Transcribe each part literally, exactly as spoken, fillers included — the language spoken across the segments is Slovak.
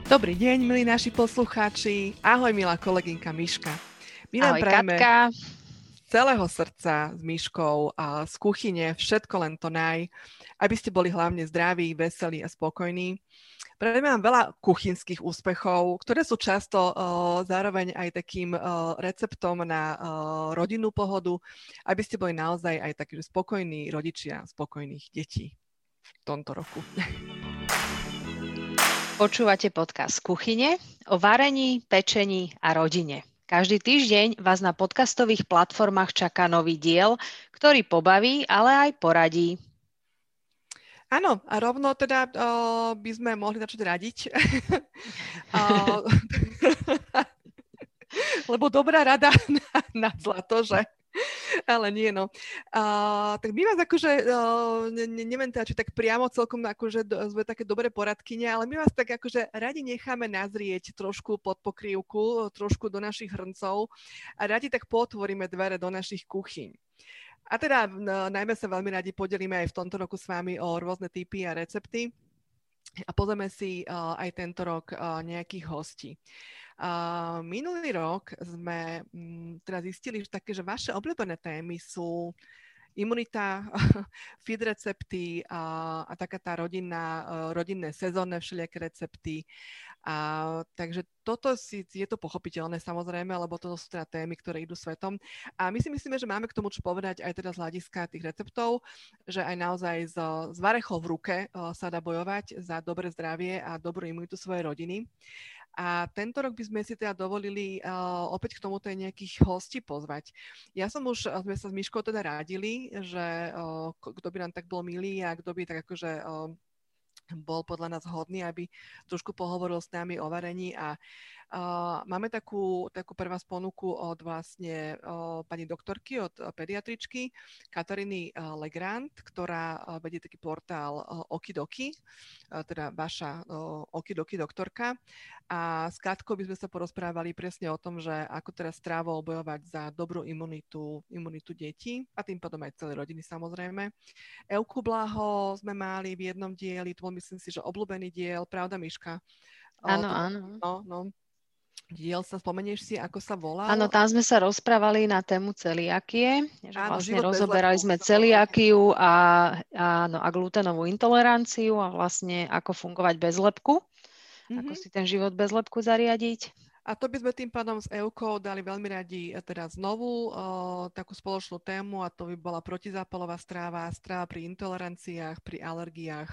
Dobrý deň, milí naši poslucháči. Ahoj, milá kolegynka Miška. My vám Ahoj, prajeme Katka. z celého srdca s Miškou a z kuchyne všetko len to naj, aby ste boli hlavne zdraví, veselí a spokojní. Prajeme vám veľa kuchynských úspechov, ktoré sú často uh, zároveň aj takým uh, receptom na uh, rodinnú pohodu, aby ste boli naozaj aj takí spokojní rodičia spokojných detí v tomto roku. Počúvate podcast z kuchyne o varení, pečení a rodine. Každý týždeň vás na podcastových platformách čaká nový diel, ktorý pobaví, ale aj poradí. Áno, a rovno teda uh, by sme mohli začať radiť. uh, lebo dobrá rada na, na zlato, že? Ale nie, no. Uh, tak my vás akože, uh, ne, neviem teda, či tak priamo celkom akože do, sme také dobré poradkyne, ale my vás tak akože radi necháme nazrieť trošku pod pokrývku, trošku do našich hrncov a radi tak potvoríme dvere do našich kuchyň. A teda no, najmä sa veľmi radi podelíme aj v tomto roku s vami o rôzne tipy a recepty a pozrieme si uh, aj tento rok uh, nejakých hostí. Uh, minulý rok sme um, teda zistili, že také, že vaše obľúbené témy sú imunita, feed recepty a, a taká tá rodinná, uh, rodinné sezónne všelijaké recepty. A, takže toto si, je to pochopiteľné samozrejme, lebo toto sú teda témy, ktoré idú svetom. A my si myslíme, že máme k tomu čo povedať aj teda z hľadiska tých receptov, že aj naozaj z, z varechou v ruke uh, sa dá bojovať za dobré zdravie a dobrú imunitu svojej rodiny. A tento rok by sme si teda dovolili uh, opäť k tomuto aj nejakých hostí pozvať. Ja som už, sme sa s Miškou teda rádili, že uh, kto by nám tak bol milý a kto by tak akože uh, bol podľa nás hodný, aby trošku pohovoril s nami o varení a uh, máme takú, takú pre vás ponuku od vlastne uh, pani doktorky, od uh, pediatričky Kataríny uh, Legrand, ktorá uh, vedie taký portál uh, Okidoki, uh, teda vaša uh, Okidoki doktorka. A s Katkou by sme sa porozprávali presne o tom, že ako teraz strávou bojovať za dobrú imunitu, imunitu detí a tým pádom aj celej rodiny samozrejme. Evku Blaho sme mali v jednom dieli, to bol myslím si, že obľúbený diel, pravda Miška? Áno, áno. No, no. Diel sa, spomenieš si, ako sa volal? Áno, tam sme sa rozprávali na tému celiakie, že áno, vlastne rozoberali sme celiakiu a, áno, a gluténovú intoleranciu a vlastne ako fungovať bez lepku. Mm-hmm. Ako si ten život bez lepku zariadiť? A to by sme tým pádom s Evkou dali veľmi radi teda znovu uh, takú spoločnú tému a to by bola protizápalová stráva, stráva pri intoleranciách, pri alergiách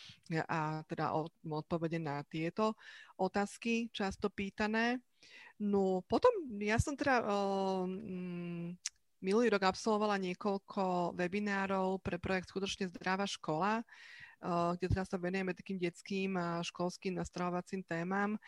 a teda odpovede na tieto otázky často pýtané. No potom ja som teda uh, um, minulý rok absolvovala niekoľko webinárov pre projekt Skutočne zdravá škola, kde teraz sa venujeme takým detským a školským nastravovacím témam.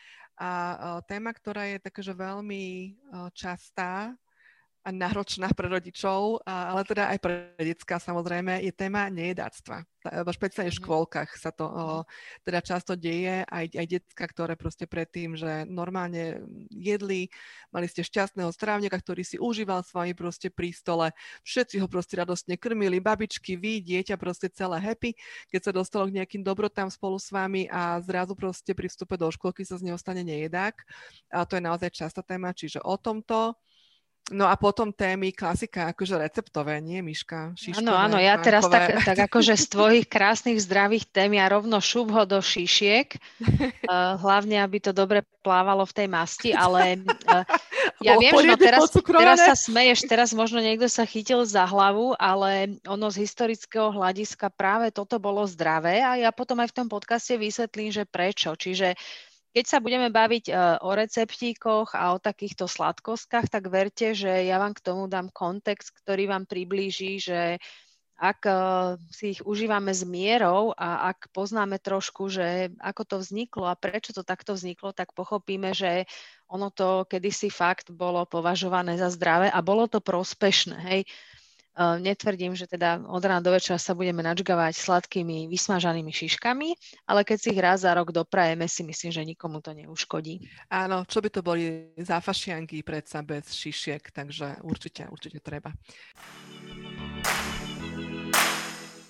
A téma, ktorá je takáže veľmi častá a náročná pre rodičov, ale teda aj pre detská samozrejme, je téma nejedáctva. Špeciálne v škôlkach sa to o, teda často deje, aj, aj detská, ktoré proste predtým, že normálne jedli, mali ste šťastného strávnika, ktorý si užíval s vami proste pri stole, všetci ho proste radostne krmili, babičky, vy, dieťa proste celé happy, keď sa dostalo k nejakým dobrotám spolu s vami a zrazu proste pri vstupe do škôlky sa z neho stane nejedák. A to je naozaj častá téma, čiže o tomto. No a potom témy, klasika, akože receptové, nie, Miška? Áno, áno, ja teraz tak, tak akože z tvojich krásnych zdravých tém ja rovno šup ho do šíšiek, uh, hlavne, aby to dobre plávalo v tej masti, ale uh, ja viem, že no teraz, teraz sa smeješ, teraz možno niekto sa chytil za hlavu, ale ono z historického hľadiska práve toto bolo zdravé a ja potom aj v tom podcaste vysvetlím, že prečo, čiže keď sa budeme baviť uh, o receptíkoch a o takýchto sladkostkách, tak verte, že ja vám k tomu dám kontext, ktorý vám priblíži, že ak uh, si ich užívame s mierou a ak poznáme trošku, že ako to vzniklo a prečo to takto vzniklo, tak pochopíme, že ono to kedysi fakt bolo považované za zdravé a bolo to prospešné, hej. Uh, netvrdím, že teda od rána do večera sa budeme načgavať sladkými vysmažanými šiškami, ale keď si ich raz za rok doprajeme, si myslím, že nikomu to neuškodí. Áno, čo by to boli záfašianky predsa bez šišiek, takže určite, určite treba.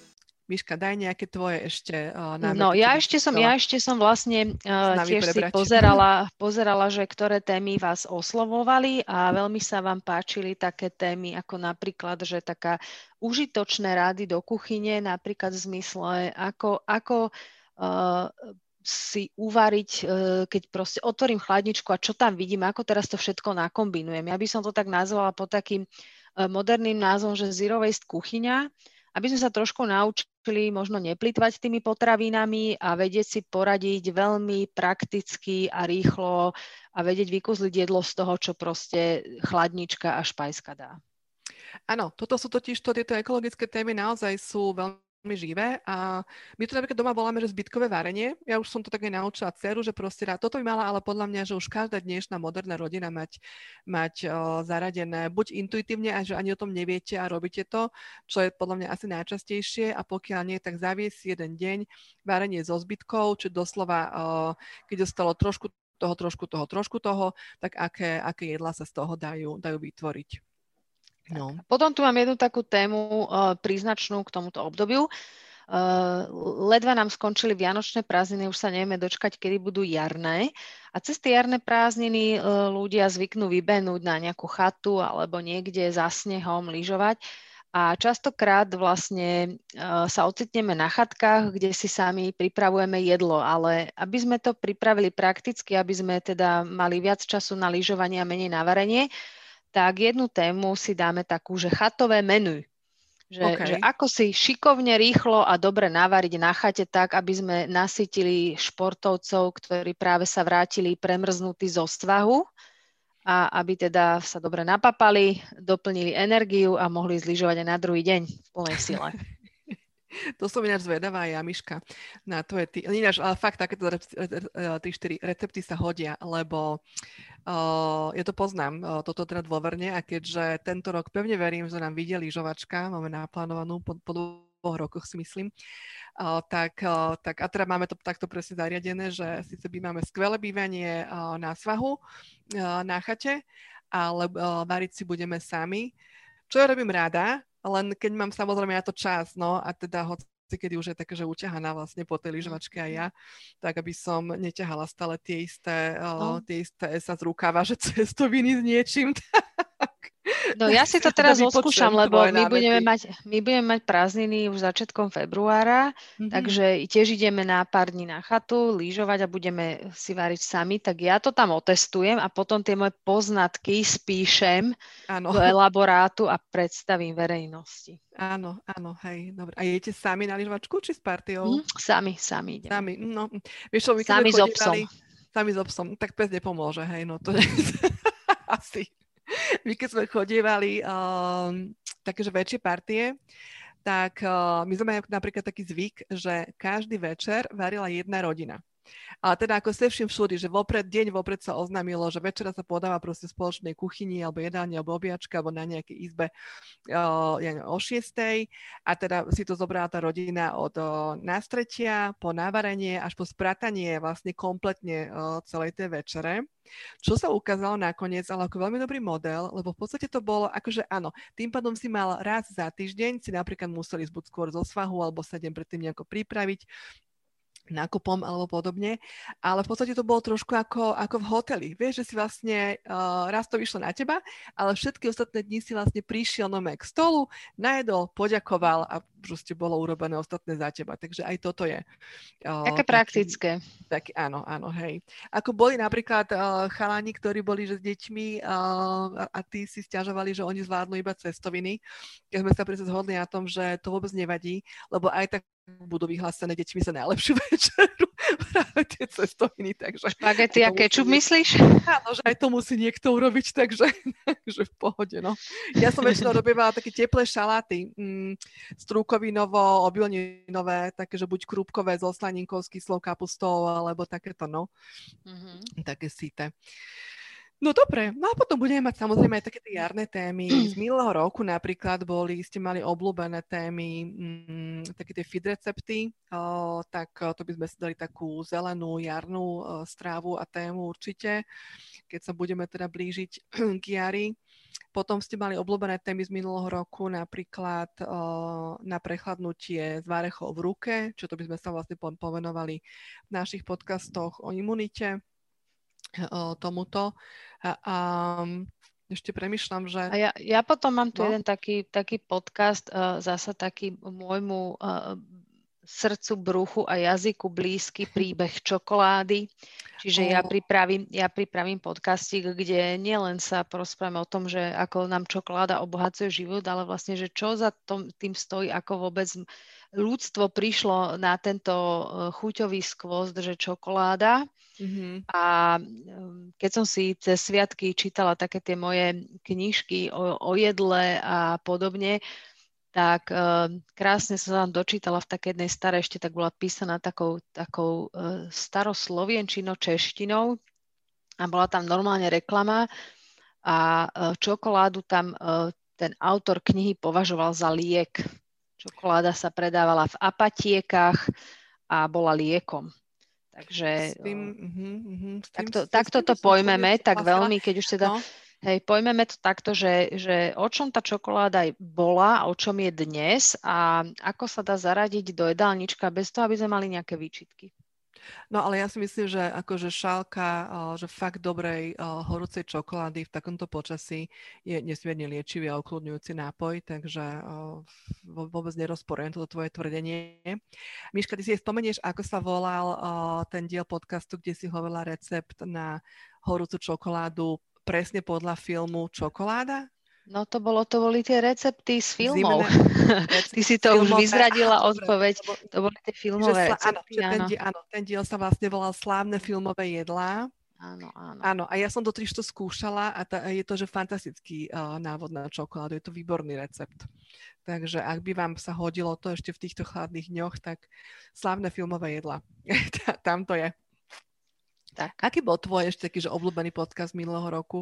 Miška, daj nejaké tvoje ešte uh, námety. No, ja ešte som, ja ešte som vlastne uh, tiež prebrať. si pozerala, pozerala, že ktoré témy vás oslovovali a veľmi sa vám páčili také témy, ako napríklad, že taká užitočné rady do kuchyne, napríklad v zmysle, ako, ako uh, si uvariť, uh, keď proste otvorím chladničku a čo tam vidím, ako teraz to všetko nakombinujem. Ja by som to tak nazvala pod takým uh, moderným názvom, že zero waste kuchyňa, aby sme sa trošku naučili možno neplýtvať tými potravinami a vedieť si poradiť veľmi prakticky a rýchlo a vedieť vykúzliť jedlo z toho, čo proste chladnička a špajska dá. Áno, toto sú totiž, to, tieto ekologické témy naozaj sú veľmi živé a my to napríklad doma voláme, že zbytkové varenie. Ja už som to tak aj naučila dceru, že proste toto by mala, ale podľa mňa, že už každá dnešná moderná rodina mať, mať o, zaradené buď intuitívne, a že ani o tom neviete a robíte to, čo je podľa mňa asi najčastejšie a pokiaľ nie, tak zaviesť jeden deň varenie so zbytkov, či doslova, o, keď ostalo trošku toho, trošku toho, trošku toho, tak aké, aké jedlá sa z toho dajú, dajú vytvoriť. No. Potom tu mám jednu takú tému uh, príznačnú k tomuto obdobiu. Uh, ledva nám skončili vianočné prázdniny, už sa nevieme dočkať, kedy budú jarné. A cez tie jarné prázdniny uh, ľudia zvyknú vybehnúť na nejakú chatu alebo niekde za snehom lyžovať. A častokrát vlastne uh, sa ocitneme na chatkách, kde si sami pripravujeme jedlo, ale aby sme to pripravili prakticky, aby sme teda mali viac času na lyžovanie a menej na varenie, tak jednu tému si dáme takú, že chatové menu. Že, okay. že ako si šikovne, rýchlo a dobre navariť na chate tak, aby sme nasytili športovcov, ktorí práve sa vrátili premrznutí zo svahu a aby teda sa dobre napapali, doplnili energiu a mohli zlyžovať aj na druhý deň v plnej sile. To som ináč zvedavá, ja, Miška, na tvoje ty... Ináč, ale fakt, takéto tri štyri recepty sa hodia, lebo uh, ja to poznám, uh, toto teda dôverne a keďže tento rok pevne verím, že nám vyjde lyžovačka, máme naplánovanú po, po dvoch rokoch, si myslím, uh, tak, uh, tak a teda máme to takto presne zariadené, že síce by máme skvelé bývanie uh, na svahu, uh, na chate, ale uh, variť si budeme sami, čo ja robím rada, len keď mám samozrejme na to čas, no a teda hoci kedy už je také, že uťahaná vlastne po tej lyžovačke aj ja, tak aby som neťahala stále tie isté, no. uh, tie isté sa z rukava, že cestoviny s niečím. No ja si to teraz odskúšam, lebo my budeme, mať, my budeme mať prázdniny už začiatkom februára, mm-hmm. takže tiež ideme na pár dní na chatu, lyžovať a budeme si variť sami, tak ja to tam otestujem a potom tie moje poznatky spíšem ano. do elaborátu a predstavím verejnosti. Áno, áno, hej, dobre. A idete sami na lyžovačku, či s partiou? Mm, sami, sami ideme. Sami, no. Vieš čo, my sami s obsom. Sami s obsom, tak pes nepomôže, hej, no to je asi... My keď sme chodievali um, takéže väčšie partie, tak uh, my sme napríklad taký zvyk, že každý večer varila jedna rodina. Ale teda ako ste všim všudy, že vopred, deň vopred sa oznámilo, že večera sa podáva proste v spoločnej kuchyni alebo jedálni, alebo obiačka, alebo na nejakej izbe uh, ja neviem, o šiestej a teda si to zobrala tá rodina od uh, nástretia po navarenie až po spratanie vlastne kompletne uh, celej tej večere. Čo sa ukázalo nakoniec, ale ako veľmi dobrý model, lebo v podstate to bolo akože áno, tým pádom si mal raz za týždeň, si napríklad museli buď skôr zo svahu alebo sa deň predtým nejako pripraviť nákupom alebo podobne, ale v podstate to bolo trošku ako, ako v hoteli. Vieš, že si vlastne uh, raz to vyšlo na teba, ale všetky ostatné dni si vlastne prišiel nome k stolu, najedol, poďakoval a proste bolo urobené ostatné za teba. Takže aj toto je. Uh, Také praktické. Tak, áno, áno, hej. Ako boli napríklad uh, chalani, ktorí boli že s deťmi uh, a tí si sťažovali, že oni zvládnu iba cestoviny. Keď sme sa predsa zhodli na tom, že to vôbec nevadí, lebo aj tak budú vyhlásené deťmi za najlepšiu večeru práve tie cestoviny, takže... Špagety a kečup myslíš? Áno, že aj to musí niekto urobiť, takže, takže v pohode, no. Ja som väčšinou robievala také teplé šaláty, mm, strúkovinovo, obilninové, také, že buď krúpkové so slaninkou, s kyslou kapustou, alebo takéto, no. Mm-hmm. Také síte. No dobre, no a potom budeme mať samozrejme aj také tie jarné témy. Z minulého roku napríklad boli, ste mali obľúbené témy, mm, také tie feed recepty, o, tak to by sme si dali takú zelenú jarnú o, strávu a tému určite, keď sa budeme teda blížiť k jari. Potom ste mali obľúbené témy z minulého roku, napríklad uh, na prechladnutie s várechou v ruke, čo to by sme sa vlastne povenovali v našich podcastoch o imunite, uh, tomuto. A, um, ešte premyšľam, že... A ja, ja potom mám tu no? jeden taký, taký podcast, uh, zasa taký môjmu uh, srdcu, bruchu a jazyku blízky príbeh čokolády. Čiže oh. ja, pripravím, ja pripravím podcastík, kde nielen sa porozprávame o tom, že ako nám čokoláda obohacuje život, ale vlastne, že čo za tom, tým stojí, ako vôbec ľudstvo prišlo na tento chuťový skvost, že čokoláda. Mm-hmm. A keď som si cez sviatky čítala také tie moje knižky o, o jedle a podobne, tak uh, krásne som sa dočítala v takej jednej starej, ešte tak bola písaná takou, takou uh, staroslovienčinou, češtinou a bola tam normálne reklama a uh, čokoládu tam uh, ten autor knihy považoval za liek. Čokoláda sa predávala v apatiekách a bola liekom. Takže s tým, uh, uh-huh, uh-huh, s tým, takto, s tým, takto to pojmeme, tak veľmi, keď už teda... No. Hej, pojmeme to takto, že, že o čom tá čokoláda bola a o čom je dnes a ako sa dá zaradiť do jedálnička bez toho, aby sme mali nejaké výčitky. No ale ja si myslím, že akože šálka, že fakt dobrej horúcej čokolády v takomto počasí je nesmierne liečivý a ukludňujúci nápoj, takže vôbec nerozporujem toto tvoje tvrdenie. Miška, ty si spomenieš, ako sa volal ten diel podcastu, kde si hovorila recept na horúcu čokoládu presne podľa filmu Čokoláda? No to bolo, to boli tie recepty z filmov. Zimné, Ty si to filmové, už vyzradila áno, odpoveď. To boli tie filmové že, recepty. Áno, že ten, diel, áno, ten diel sa vlastne volal Slávne filmové jedlá. Áno, áno. Áno, a ja som to triž to skúšala a ta, je to, že fantastický uh, návod na čokoládu. Je to výborný recept. Takže ak by vám sa hodilo to ešte v týchto chladných dňoch, tak Slávne filmové jedlá. Tam to je. Tak. Aký bol tvoj ešte taký, že obľúbený podcast minulého roku?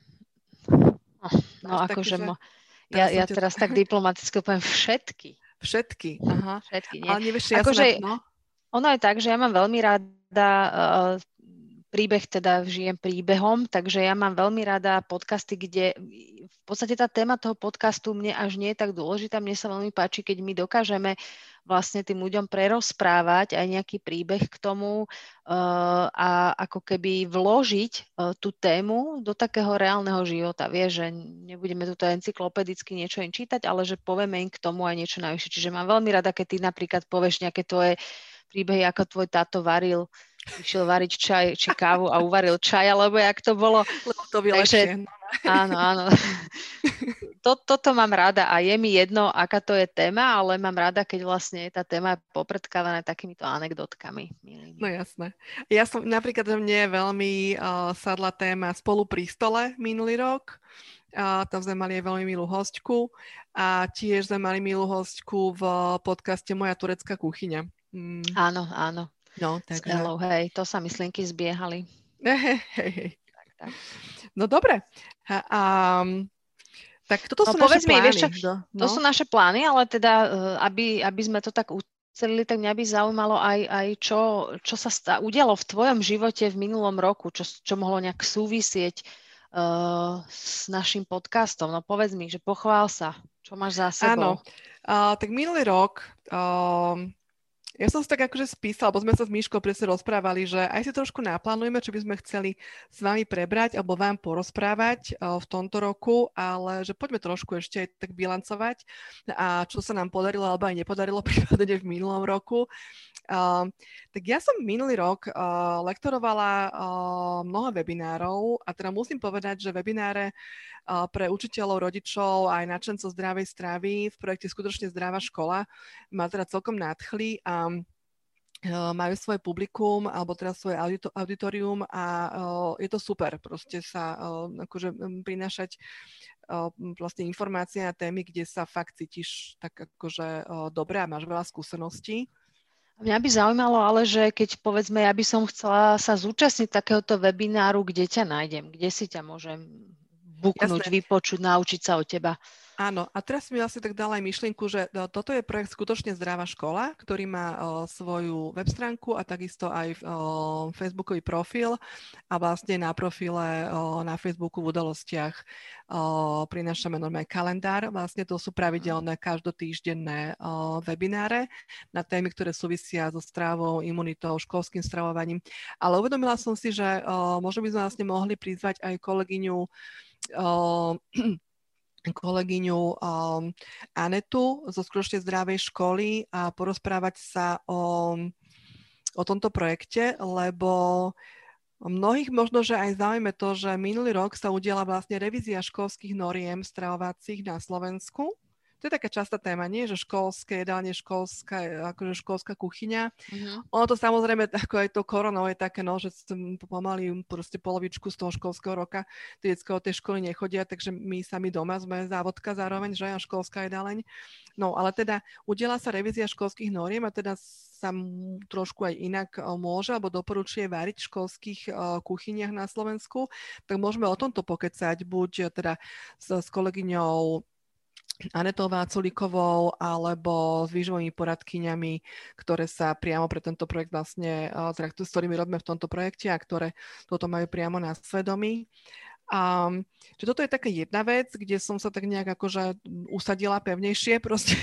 No, no akože mo... ja, ja teraz tak diplomaticky poviem všetky. Všetky, aha. Všetky, nie. Ale nevieš, ja akože, som... No? Ono je tak, že ja mám veľmi rada uh, príbeh, teda žijem príbehom, takže ja mám veľmi rada podcasty, kde v podstate tá téma toho podcastu mne až nie je tak dôležitá. Mne sa veľmi páči, keď my dokážeme vlastne tým ľuďom prerozprávať aj nejaký príbeh k tomu uh, a ako keby vložiť uh, tú tému do takého reálneho života. Vieš, že nebudeme tuto encyklopedicky niečo im čítať, ale že povieme im k tomu aj niečo navyše. Čiže mám veľmi rada, keď ty napríklad povieš nejaké tvoje príbehy, ako tvoj táto varil, išiel variť čaj či kávu a uvaril čaj, alebo jak to bolo. Lebo to vylepšie. Áno, áno. To, toto mám rada a je mi jedno, aká to je téma, ale mám rada, keď vlastne tá téma je popredkávaná takýmito anekdotkami. Milými. No jasné. Ja som napríklad, že mne veľmi uh, sadla téma Spolu pri stole minulý rok. Uh, tam sme mali aj veľmi milú hostku a tiež sme mali milú hostku v podcaste Moja turecká kuchyňa. Mm. Áno, áno. No, takže... Hello, hej, to sa myslenky zbiehali. Hej, hej, hej. Tak, tak. No dobre. A, um, tak toto no, sú naše mi, plány. Vieš, čo, no. To sú naše plány, ale teda, aby, aby sme to tak ucelili, tak mňa by zaujímalo aj, aj čo, čo sa stá, udialo v tvojom živote v minulom roku, čo, čo mohlo nejak súvisieť uh, s našim podcastom. No povedz mi, že pochvál sa, čo máš za sebou. Áno, uh, tak minulý rok... Uh, Ja som si tak akože spísala, lebo sme sa s Míškou presne rozprávali, že aj si trošku naplánujeme, čo by sme chceli s vami prebrať alebo vám porozprávať uh, v tomto roku, ale že poďme trošku ešte aj tak bilancovať a čo sa nám podarilo alebo aj nepodarilo prípadne v minulom roku. Uh, tak ja som minulý rok uh, lektorovala uh, mnoho webinárov a teda musím povedať, že webináre uh, pre učiteľov, rodičov aj nadšencov zdravej stravy v projekte Skutočne zdravá škola ma teda celkom nadchli a majú svoje publikum alebo teda svoje audito- auditorium a uh, je to super proste sa uh, akože prinášať uh, vlastne informácie na témy, kde sa fakt cítiš tak akože uh, dobre a máš veľa skúseností. Mňa by zaujímalo ale, že keď povedzme, ja by som chcela sa zúčastniť takéhoto webináru, kde ťa nájdem, kde si ťa môžem buknúť, Jasné. vypočuť, naučiť sa od teba. Áno, a teraz mi vlastne tak dala aj myšlienku, že toto je projekt Skutočne zdravá škola, ktorý má o, svoju web stránku a takisto aj o, facebookový profil a vlastne na profile o, na Facebooku v udalostiach o, prinášame normálne kalendár. Vlastne to sú pravidelné každotýždenné o, webináre na témy, ktoré súvisia so stravou, imunitou, školským stravovaním. Ale uvedomila som si, že o, možno by sme vlastne mohli prizvať aj kolegyňu o, kolegyňu um, Anetu zo Skutočne zdravej školy a porozprávať sa o, o tomto projekte, lebo mnohých možno, že aj zaujíma to, že minulý rok sa udiala vlastne revízia školských noriem stravovacích na Slovensku. To je taká častá téma, nie? Že školské jedálne, školská, akože školská kuchyňa. Uh-huh. Ono to samozrejme, ako aj to koronou, je také, no, že pomaly proste polovičku z toho školského roka tie decká od tej školy nechodia, takže my sami doma sme závodka zároveň, že aj školská jedáleň. No, ale teda udiela sa revízia školských noriem a teda sa trošku aj inak môže alebo doporučuje variť v školských uh, kuchyniach na Slovensku, tak môžeme o tomto pokecať, buď teda s, s kolegyňou Anetou Váculíkovou alebo s výživovými poradkyňami, ktoré sa priamo pre tento projekt vlastne, teda, s ktorými robíme v tomto projekte a ktoré toto majú priamo na svedomí. A, že toto je taká jedna vec, kde som sa tak nejak akože usadila pevnejšie proste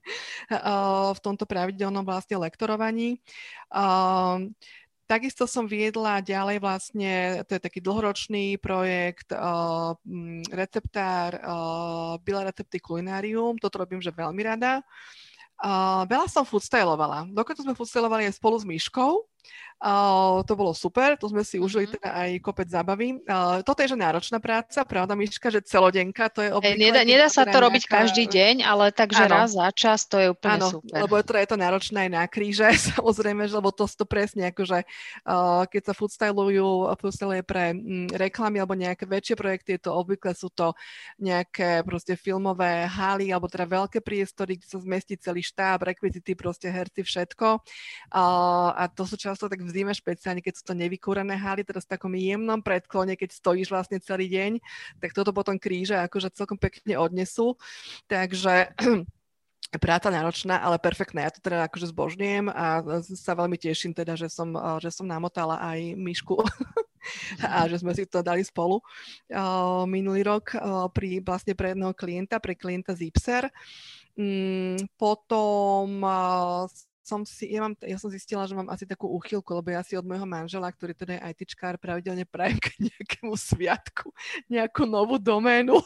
v tomto pravidelnom vlastne lektorovaní. A, takisto som viedla ďalej vlastne, to je taký dlhoročný projekt, uh, receptár, uh, Bilé recepty kulinárium, toto robím, že veľmi rada. Uh, veľa som foodstylovala, dokonca sme foodstylovali aj spolu s Myškou. Uh, to bolo super, to sme si užili teda aj kopec zábavy. Uh, toto je že náročná práca, pravda Myška, že celodenka, to je obvykle... Nedá, nedá sa to robiť nejaká... každý deň, ale takže ano. Raz za čas to je úplne ano, super. Lebo to je to náročné aj na kríže, samozrejme, že, lebo to to presne akože uh, keď sa foodstylujú, foodstyluje pre m, reklamy alebo nejaké väčšie projekty, to obvykle sú to nejaké proste filmové haly alebo teda veľké priestory, kde sa zmestí celý štáb, rekvizity, proste herci, všetko. Uh, a to sú často tak v zime špeciálne, keď sú to nevykúrené haly, teraz v takom jemnom predklone, keď stojíš vlastne celý deň, tak toto potom kríže akože celkom pekne odnesú. Takže práca náročná, ale perfektná. Ja to teda akože zbožňujem a sa veľmi teším teda, že som, že som namotala aj Myšku a že sme si to dali spolu uh, minulý rok uh, pri vlastne pre jedného klienta, pre klienta Zipser. Um, potom uh, som si, ja, mám, ja som zistila, že mám asi takú úchylku, lebo ja si od môjho manžela, ktorý teda je ITčkár, pravidelne prajem k nejakému sviatku nejakú novú doménu.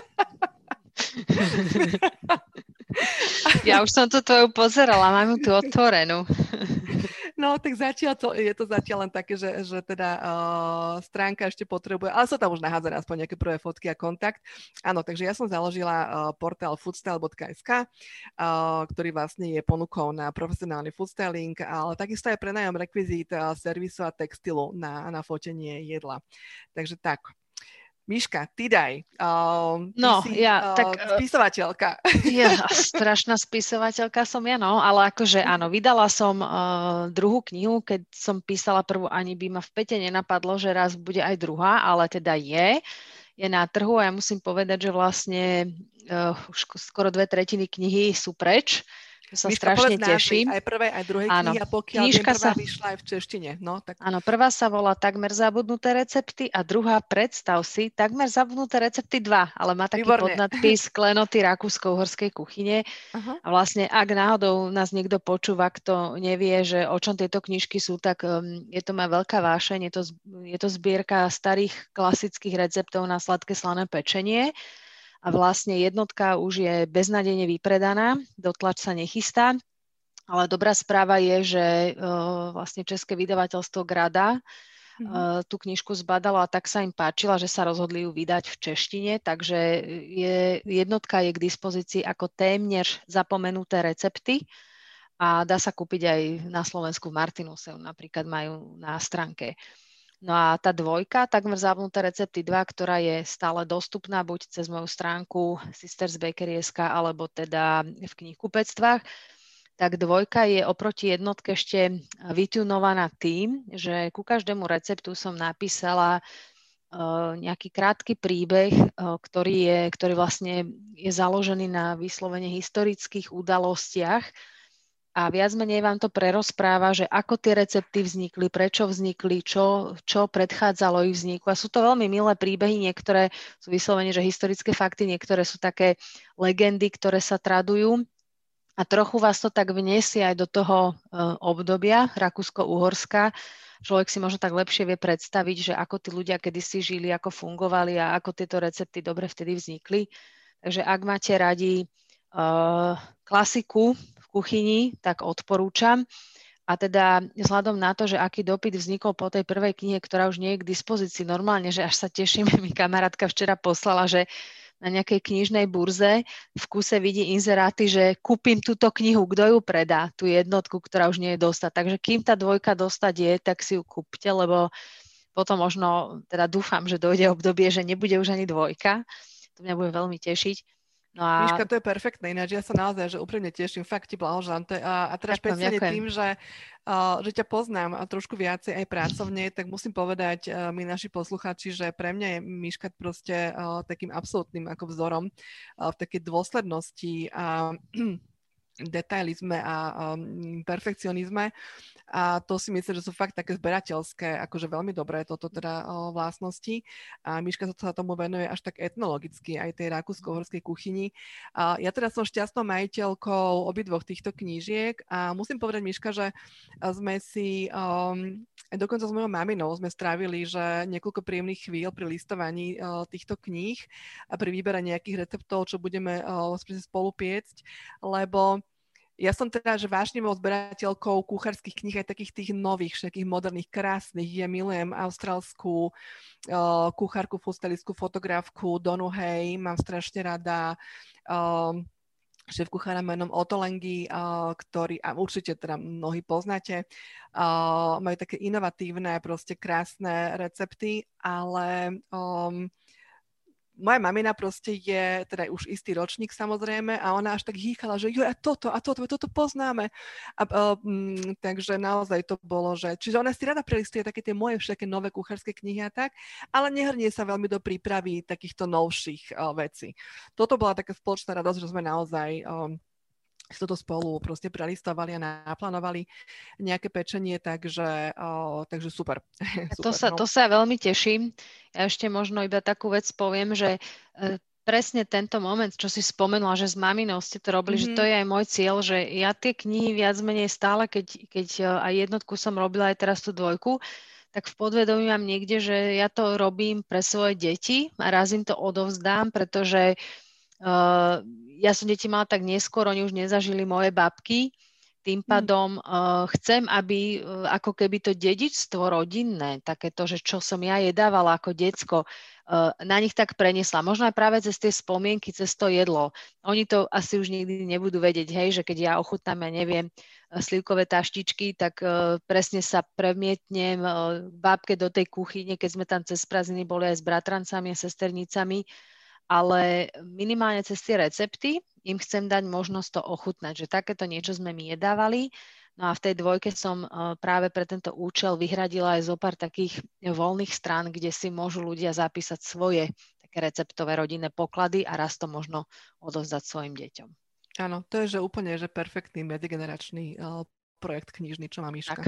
Ja už som to tvoju pozerala, mám ju tu otvorenú. No, tak zatiaľ to, je to zatiaľ len také, že, že teda uh, stránka ešte potrebuje, ale sú tam už nahádzané aspoň nejaké prvé fotky a kontakt. Áno, takže ja som založila uh, portál foodstyle bodka es ká, uh, ktorý vlastne je ponukou na profesionálny foodstyling, ale takisto aj prenájom rekvizít, uh, servisu a textilu na, na fotenie jedla. Takže tak. Myška, ty daj. Uh, ty no, si uh, ja, tak, spisovateľka. Ja, strašná spisovateľka som ja, no, ale akože áno, vydala som uh, druhú knihu, keď som písala prvú, ani by ma v pete nenapadlo, že raz bude aj druhá, ale teda je, je na trhu a ja musím povedať, že vlastne uh, už skoro dve tretiny knihy sú preč. Sa Myška, strašne teším. Aj prvej, aj druhej áno. knihy a pokiaľ viem, prvá sa... vyšla aj v češtine. No, tak... Áno, prvá sa volá Takmer zabudnuté recepty a druhá, predstav si, Takmer zabudnuté recepty dva, ale má taký Výborné. Podnadpis Klenoty rakúsko-uhorskej kuchyne. Uh-huh. A vlastne, ak náhodou nás niekto počúva, kto nevie, že o čom tieto knižky sú, tak um, je to má veľká vášeň, je to, je to zbierka starých klasických receptov na sladké slané pečenie. A vlastne jednotka už je beznádejne vypredaná, dotlač sa nechystá, ale dobrá správa je, že uh, vlastne české vydavateľstvo Grada uh, tú knižku zbadalo a tak sa im páčila, že sa rozhodli ju vydať v češtine, takže je, jednotka je k dispozícii ako témnež zapomenuté recepty a dá sa kúpiť aj na Slovensku v Martinuse, napríklad majú na stránke. No a tá dvojka, Takmer zabudnuté recepty dva, ktorá je stále dostupná buď cez moju stránku Sisters Bakery bodka es ká alebo teda v knihkupectvách, tak dvojka je oproti jednotke ešte vytunovaná tým, že ku každému receptu som napísala nejaký krátky príbeh, ktorý je, ktorý vlastne je založený na vyslovene historických udalostiach a viac menej vám to prerozpráva, že ako tie recepty vznikli, prečo vznikli, čo, čo predchádzalo ich vzniku. A sú to veľmi milé príbehy, niektoré sú vyslovene, že historické fakty, niektoré sú také legendy, ktoré sa tradujú. A trochu vás to tak vniesie aj do toho obdobia Rakúsko-Uhorska. Človek si možno tak lepšie vie predstaviť, že ako tí ľudia kedysi žili, ako fungovali a ako tieto recepty dobre vtedy vznikli. Takže ak máte radi uh, klasiku v kuchyni, tak odporúčam. A teda vzhľadom na to, že aký dopyt vznikol po tej prvej knihe, ktorá už nie je k dispozícii normálne, že až sa teším, mi kamarátka včera poslala, že na nejakej knižnej burze v kuse vidí inzeráty, že kúpim túto knihu, kto ju predá, tú jednotku, ktorá už nie je dostať. Takže kým tá dvojka dostať je, tak si ju kúpte, lebo potom možno, teda dúfam, že dojde obdobie, že nebude už ani dvojka. To mňa bude veľmi tešiť. No a... Miška, to je perfektné, ináč ja sa naozaj, že úprimne teším, fakt ti blahoželám. A, a teraz špeciálne tým, že, uh, že ťa poznám a trošku viacej aj pracovne, tak musím povedať uh, my naši poslucháči, že pre mňa je Miška proste uh, takým absolútnym ako vzorom uh, v takej dôslednosti a detailizme a um, perfekcionizme. A to si myslím, že sú fakt také zberateľské, akože veľmi dobré toto teda o, vlastnosti. A Miška sa tomu venuje až tak etnologicky aj tej rakúsko-uhorskej kuchyni. A ja teda som šťastnou majiteľkou obidvoch týchto knížiek a musím povedať, Miška, že sme si um, dokonca s mojou maminou sme strávili, že niekoľko príjemných chvíľ pri listovaní uh, týchto kníh a pri výbere nejakých receptov, čo budeme uh, spolu piecť, lebo ja som teda, že vášnivou zberateľkou kuchárskych kníh aj takých tých nových, všetkých moderných, krásnych. Ja milujem austrálskú uh, kuchárku, fustelistku, fotografku Donu Hay, mám strašne rada uh, šéf kuchára menom Otto Lengi, uh, ktorý, a určite teda mnohí poznáte, uh, majú také inovatívne, proste krásne recepty, ale... Um, moja mamina proste je, teda už istý ročník samozrejme, a ona až tak hýchala, že jo, a toto, a toto, toto poznáme. A, um, takže naozaj to bolo, že... Čiže ona si rada prelistuje také tie moje všetké nové kuchárske knihy a tak, ale nehrnie sa veľmi do prípravy takýchto novších uh, vecí. Toto bola taká spoločná radosť, že sme naozaj... Um, si toto spolu proste prelistovali a naplánovali nejaké pečenie, takže, o, takže super. super to, sa, no. to sa veľmi teším. Ja ešte možno iba takú vec poviem, že e, presne tento moment, čo si spomenula, že s maminou ste to robili, mm-hmm. že to je aj môj cieľ, že ja tie knihy viac menej stále, keď, keď aj jednotku som robila, aj teraz tú dvojku, tak v podvedomí mám niekde, že ja to robím pre svoje deti a raz im to odovzdám, pretože Uh, ja som deti mala tak neskôr, oni už nezažili moje babky, tým pádom uh, chcem, aby uh, ako keby to dedičstvo rodinné, takéto, že čo som ja jedávala ako decko, uh, na nich tak preniesla. Možno aj práve cez tie spomienky, cez to jedlo. Oni to asi už nikdy nebudú vedieť, hej, že keď ja ochutnám, ja neviem, slivkové taštičky, tak uh, presne sa premietnem uh, bábke do tej kuchyne, keď sme tam cez prázdniny boli aj s bratrancami a sesternicami, ale minimálne cez tie recepty im chcem dať možnosť to ochutnať, že takéto niečo sme mi jedávali. No a v tej dvojke som práve pre tento účel vyhradila aj zo pár takých voľných strán, kde si môžu ľudia zapísať svoje také receptové rodinné poklady a raz to možno odovzdať svojim deťom. Áno, to je že úplne že perfektný medzigeneračný uh, projekt knižný, čo má Miška.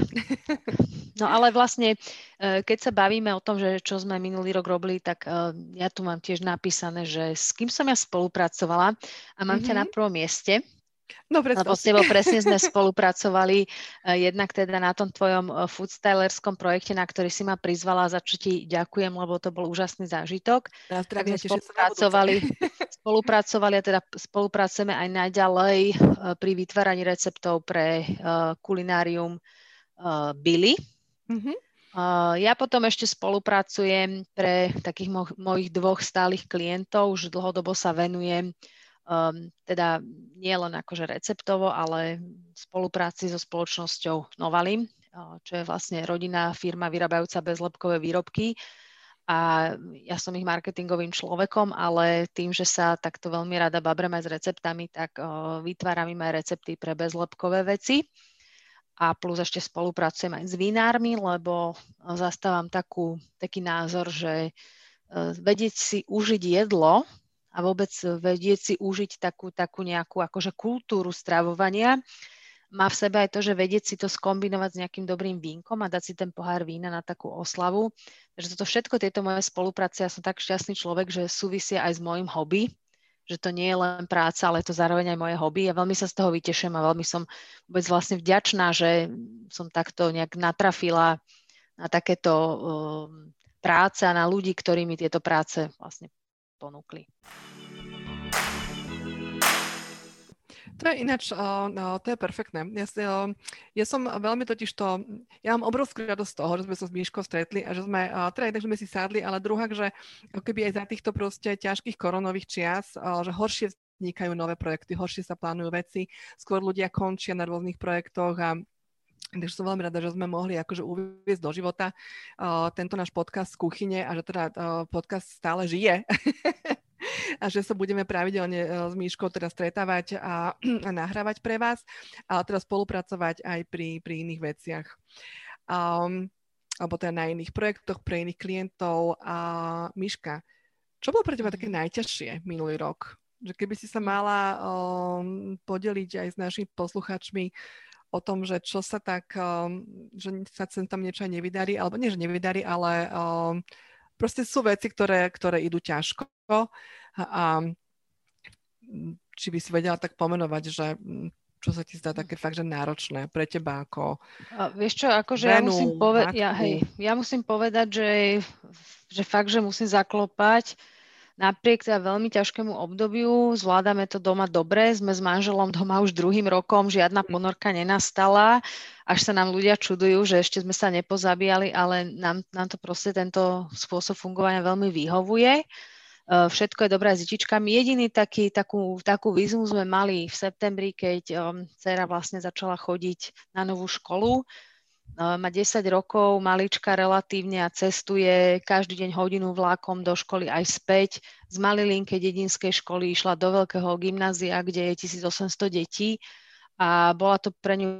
No ale vlastne, keď sa bavíme o tom, že čo sme minulý rok robili, tak ja tu mám tiež napísané, že s kým som ja spolupracovala a mám mm-hmm. ťa na prvom mieste. No, lebo s tebou presne sme spolupracovali jednak teda na tom tvojom foodstylerskom projekte, na ktorý si ma prizvala, za čo ti ďakujem, lebo to bol úžasný zážitok. Ja, tak sme spolupracovali, spolupracovali a teda spolupracujeme aj naďalej pri vytváraní receptov pre kulinárium Billy. Mm-hmm. Ja potom ešte spolupracujem pre takých mo- mojich dvoch stálych klientov, už dlhodobo sa venujem Um, teda nie len akože receptovo, ale v spolupráci so spoločnosťou Novalim, uh, čo je vlastne rodinná firma vyrábajúca bezlepkové výrobky. A ja som ich marketingovým človekom, ale tým, že sa takto veľmi rada babrem aj s receptami, tak uh, vytváram im aj recepty pre bezlepkové veci. a plus ešte spolupracujem aj s vinármi, lebo zastávam takú, taký názor, že vedieť si užiť jedlo a vôbec vedieť si užiť takú, takú nejakú akože kultúru stravovania má v sebe aj to, že vedieť si to skombinovať s nejakým dobrým vínkom a dať si ten pohár vína na takú oslavu. Takže toto všetko, tieto moje spolupráce, ja som tak šťastný človek, že súvisia aj s môjim hobby, že to nie je len práca, ale je to zároveň aj moje hobby. Ja veľmi sa z toho vytešujem a veľmi som vôbec vlastne vďačná, že som takto nejak natrafila na takéto um, práce a na ľudí, ktorí mi tieto práce vlastne ponúkli. To je ináč, uh, no, to je perfektné. Ja, uh, ja som veľmi totiž to, ja mám obrovskú radosť z toho, že sme sa s Míškou stretli a že sme, uh, teda jednak, že sme si sadli, ale druhák, že keby aj za týchto proste ťažkých koronových čias, uh, že horšie vznikajú nové projekty, horšie sa plánujú veci, skôr ľudia končia na rôznych projektoch a takže som veľmi rada, že sme mohli akože uviesť do života uh, tento náš podcast z kuchyne a že teda uh, podcast stále žije. A že sa budeme pravidelne s Míškou teda stretávať a, a nahrávať pre vás, ale teda spolupracovať aj pri, pri iných veciach. Um, alebo teda na iných projektoch, pre iných klientov. A Míška, čo bolo pre teba také najťažšie minulý rok? Že keby si sa mala um, podeliť aj s našimi posluchačmi o tom, že čo sa tak, um, že sa tam niečo aj nevydarí, alebo nie, že nevydarí, ale um, proste sú veci, ktoré, ktoré idú ťažko a či by si vedela tak pomenovať, že čo sa ti zdá také fakt, že náročné pre teba ako a vieš čo, akože ja musím, poved- ja, hej, ja musím povedať, že, že fakt, že musím zaklopať napriek teda veľmi ťažkému obdobiu, zvládame to doma dobre, sme s manželom doma už druhým rokom, žiadna ponorka nenastala, až sa nám ľudia čudujú, že ešte sme sa nepozabíjali, ale nám, nám to proste tento spôsob fungovania veľmi vyhovuje. Všetko je dobré s detičkami. Jediný taký, takú, takú výzvu sme mali v septembri, keď um, dcera vlastne začala chodiť na novú školu. Uh, má desať rokov, malička relatívne a cestuje každý deň hodinu vlákom do školy aj späť. Z malilinkej dedinskej školy išla do veľkého gymnázia, kde je tisícosemsto detí a bola to pre ňu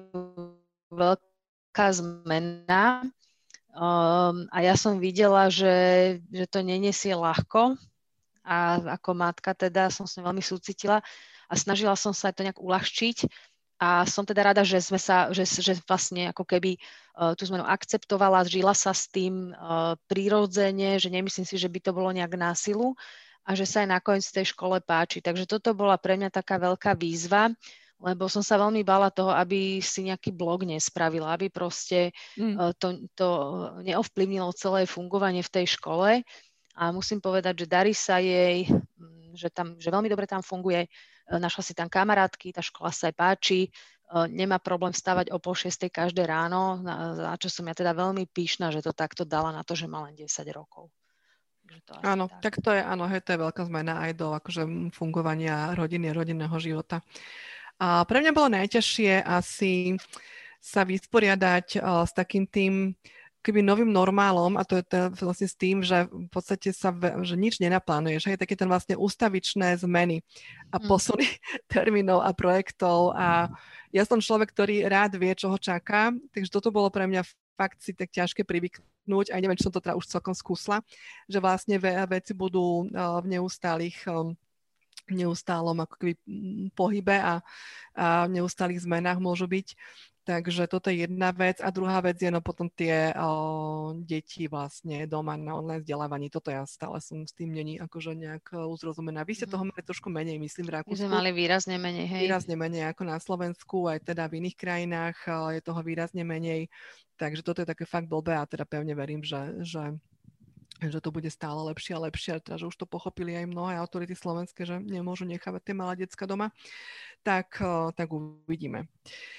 veľká zmena. Um, a ja som videla, že, že to nenesie ľahko. A ako matka teda som sa veľmi súcitila a snažila som sa to nejak uľahčiť a som teda rada, že sme sa, že, že vlastne ako keby uh, tú zmenu akceptovala, žila sa s tým uh, prirodzene, že nemyslím si, že by to bolo nejak násilu a že sa aj nakoniec tej škole páči. Takže toto bola pre mňa taká veľká výzva, lebo som sa veľmi bála toho, aby si nejaký blog nespravila, aby proste mm. uh, to, to neovplyvnilo celé fungovanie v tej škole. A musím povedať, že darí sa jej, že, tam, že veľmi dobre tam funguje. Našla si tam kamarátky, tá škola sa aj páči, nemá problém vstávať o pol šiestej každé ráno, na, na čo som ja teda veľmi pyšná, že to takto dala na to, že má len desať rokov. To áno, tak. tak to je, áno, hej, to je veľká zmena aj do akože, fungovania rodiny, rodinného života. A pre mňa bolo najťažšie asi sa vysporiadať uh, s takým tým keby novým normálom, a to je to vlastne s tým, že v podstate sa že nič nenaplánuješ, hej, také ten vlastne ústavičné zmeny a posuny mm. termínov a projektov a ja som človek, ktorý rád vie, čo ho čaká, takže toto bolo pre mňa fakt si tak ťažké privyknúť, aj neviem, či som to teda už celkom skúsla, že vlastne veci budú v neustálých neustálom ako keby pohybe a, a v neustálých zmenách môžu byť. Takže toto je jedna vec. A druhá vec je no potom tie o, deti vlastne doma na online vzdelávaní. Toto ja stále som s tým není akože nejak uzrozumená. Vy ste toho mali trošku menej, myslím, v Rakúsku. My sme mali výrazne menej, hej. Výrazne menej ako na Slovensku, aj teda v iných krajinách je toho výrazne menej. Takže toto je také fakt blbé a teda pevne verím, že, že, že to bude stále lepšie a lepšie. Teda, že už to pochopili aj mnohé autority slovenské, že nemôžu nechávať tie malé decka doma. Tak, tak uvidíme.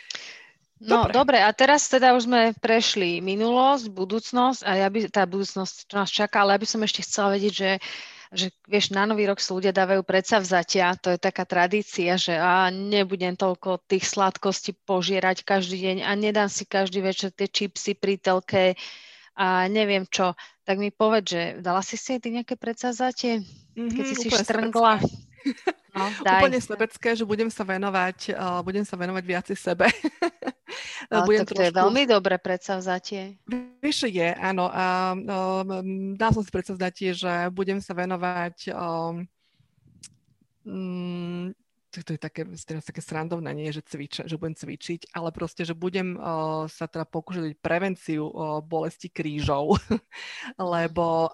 No dobre. dobre, a teraz teda už sme prešli minulosť, budúcnosť a ja by, tá budúcnosť, čo nás čaká, ale ja by som ešte chcela vedieť, že, že vieš, na Nový rok si ľudia dávajú predsavzatia, to je taká tradícia, že a nebudem toľko tých sladkostí požierať každý deň a nedám si každý večer tie čipsy pri telke a neviem čo. Tak mi povedz, že dala si si aj ty nejaké predsavzatie, mm-hmm, keď si si štrngla? No, úplne slebecké, že budem sa venovať, uh, budem sa venovať viac sebe. Ale budem tak to trošku... je veľmi dobré predsavzatie. Vieš, je, áno. A, um, dal som si predsavzatie, že budem sa venovať um, um, to, to je také, teraz také srandovné, nie že cvič, že budem cvičiť, ale proste, že budem uh, sa teda pokúšať prevenciu uh, bolesti krížov, lebo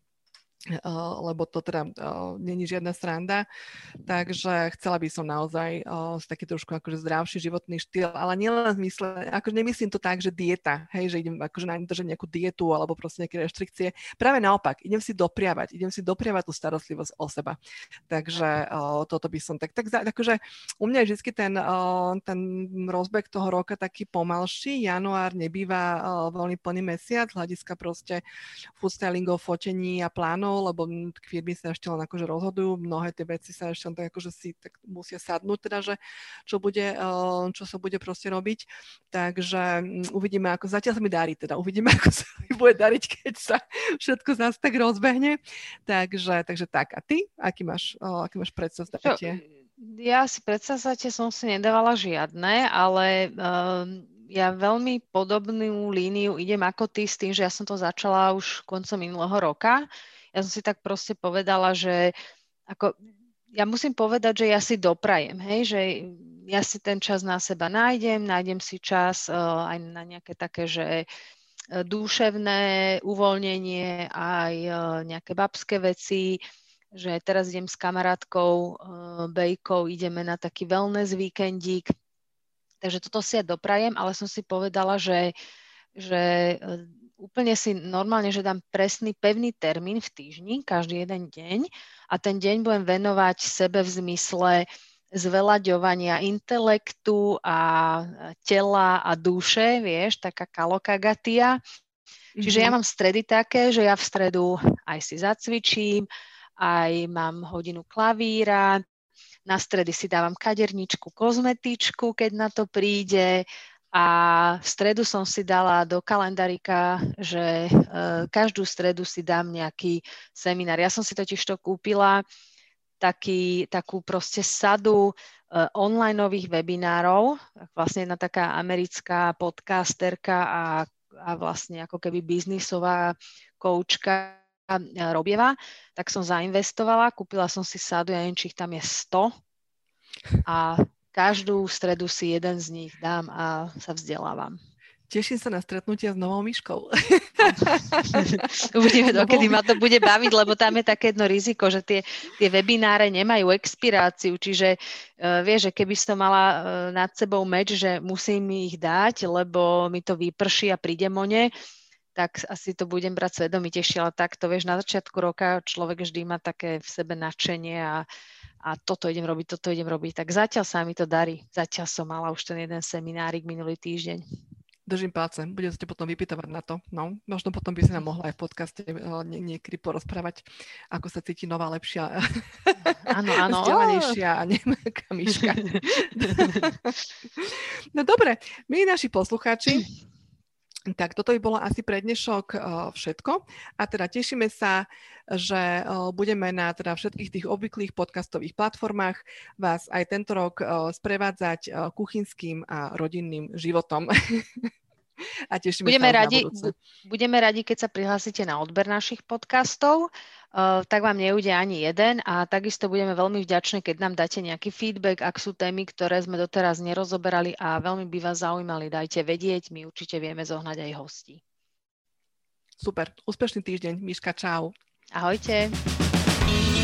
Uh, lebo to teda uh, není žiadna sranda, takže chcela by som naozaj uh, taký trošku akože zdravší životný štýl, ale nielen v zmysle, akože nemyslím to tak, že dieta, hej, že idem akože na držať nejakú dietu alebo proste nejaké reštrikcie, práve naopak, idem si dopriavať, idem si dopriavať tú starostlivosť o seba, takže uh, toto by som tak, tak akože u mňa je vždy ten, uh, ten rozbeh toho roka taký pomalší, január nebýva uh, veľmi plný mesiac, hľadiska proste foodstylingov, fotení a plánov, lebo firmy sa ešte len akože rozhodujú, mnohé tie veci sa ešte len tak akože si tak musia sadnúť, teda, že čo bude, čo sa bude proste robiť. Takže uvidíme, ako zatiaľ sa mi darí, teda uvidíme, ako sa mi bude dariť, keď sa všetko zase tak rozbehne. Takže, takže tak. A ty? Aký máš, aký máš predsavzatie? Ja si predsavzatie som si nedávala žiadne, ale um... ja veľmi podobnú líniu idem ako ty s tým, že ja som to začala už koncom minulého roka. Ja som si tak proste povedala, že ako, ja musím povedať, že ja si doprajem, hej, že ja si ten čas na seba nájdem, nájdem si čas uh, aj na nejaké také, že uh, duševné uvoľnenie, aj uh, nejaké babské veci, že teraz idem s kamarátkou uh, Bejkou, ideme na taký wellness víkendík. Takže toto si ja doprajem, ale som si povedala, že, že úplne si normálne, že dám presný, pevný termín v týždni, každý jeden deň a ten deň budem venovať sebe v zmysle zveľaďovania intelektu a tela a duše, vieš, taká kalokagatia. Mm-hmm. Čiže ja mám stredy také, že ja v stredu aj si zacvičím, aj mám hodinu klavíra, na stredy si dávam kaderničku, kozmetičku, keď na to príde a v stredu som si dala do kalendárika, že e, každú stredu si dám nejaký seminár. Ja som si totiž to kúpila taký, takú proste sadu e, onlineových webinárov, vlastne jedna taká americká podcasterka a, a vlastne ako keby biznisová koučka Robieva, tak som zainvestovala, kúpila som si sadu, ja neviem, či ich tam je sto a každú stredu si jeden z nich dám a sa vzdelávam. Teším sa na stretnutie s novou myškou. Uvidíme, dokedy ma to bude baviť, lebo tam je také jedno riziko, že tie, tie webináre nemajú expiráciu, čiže uh, vieš, že keby som mala uh, nad sebou meč, že musím ich dať, lebo mi to vyprší a prídem o ne, tak asi to budem brať svedomitejšie, ale takto, vieš, na začiatku roka človek vždy má také v sebe nadšenie a, a toto idem robiť, toto idem robiť. Tak zatiaľ sa mi to darí. Zatiaľ som mala už ten jeden seminárik minulý týždeň. Držím palce, budem sa te potom vypýtovať na to. No, možno potom by si nám mohla aj v podcaste nie, niekedy porozprávať, ako sa cíti nová, lepšia, áno, áno. vzdelanejšia a nemáka myška. No dobre, my naši poslucháči, tak toto by bolo asi pre dnešok uh, všetko a teda tešíme sa, že uh, budeme na teda všetkých tých obvyklých podcastových platformách vás aj tento rok uh, sprevádzať uh, kuchynským a rodinným životom. A tešíme budeme sa radi, na budúce. Budeme radi, keď sa prihlásite na odber našich podcastov, uh, tak vám neujde ani jeden a takisto budeme veľmi vďační, keď nám dáte nejaký feedback, ak sú témy, ktoré sme doteraz nerozoberali a veľmi by vás zaujímali, dajte vedieť, my určite vieme zohnať aj hostí. Super, úspešný týždeň, Miška, čau. Ahojte.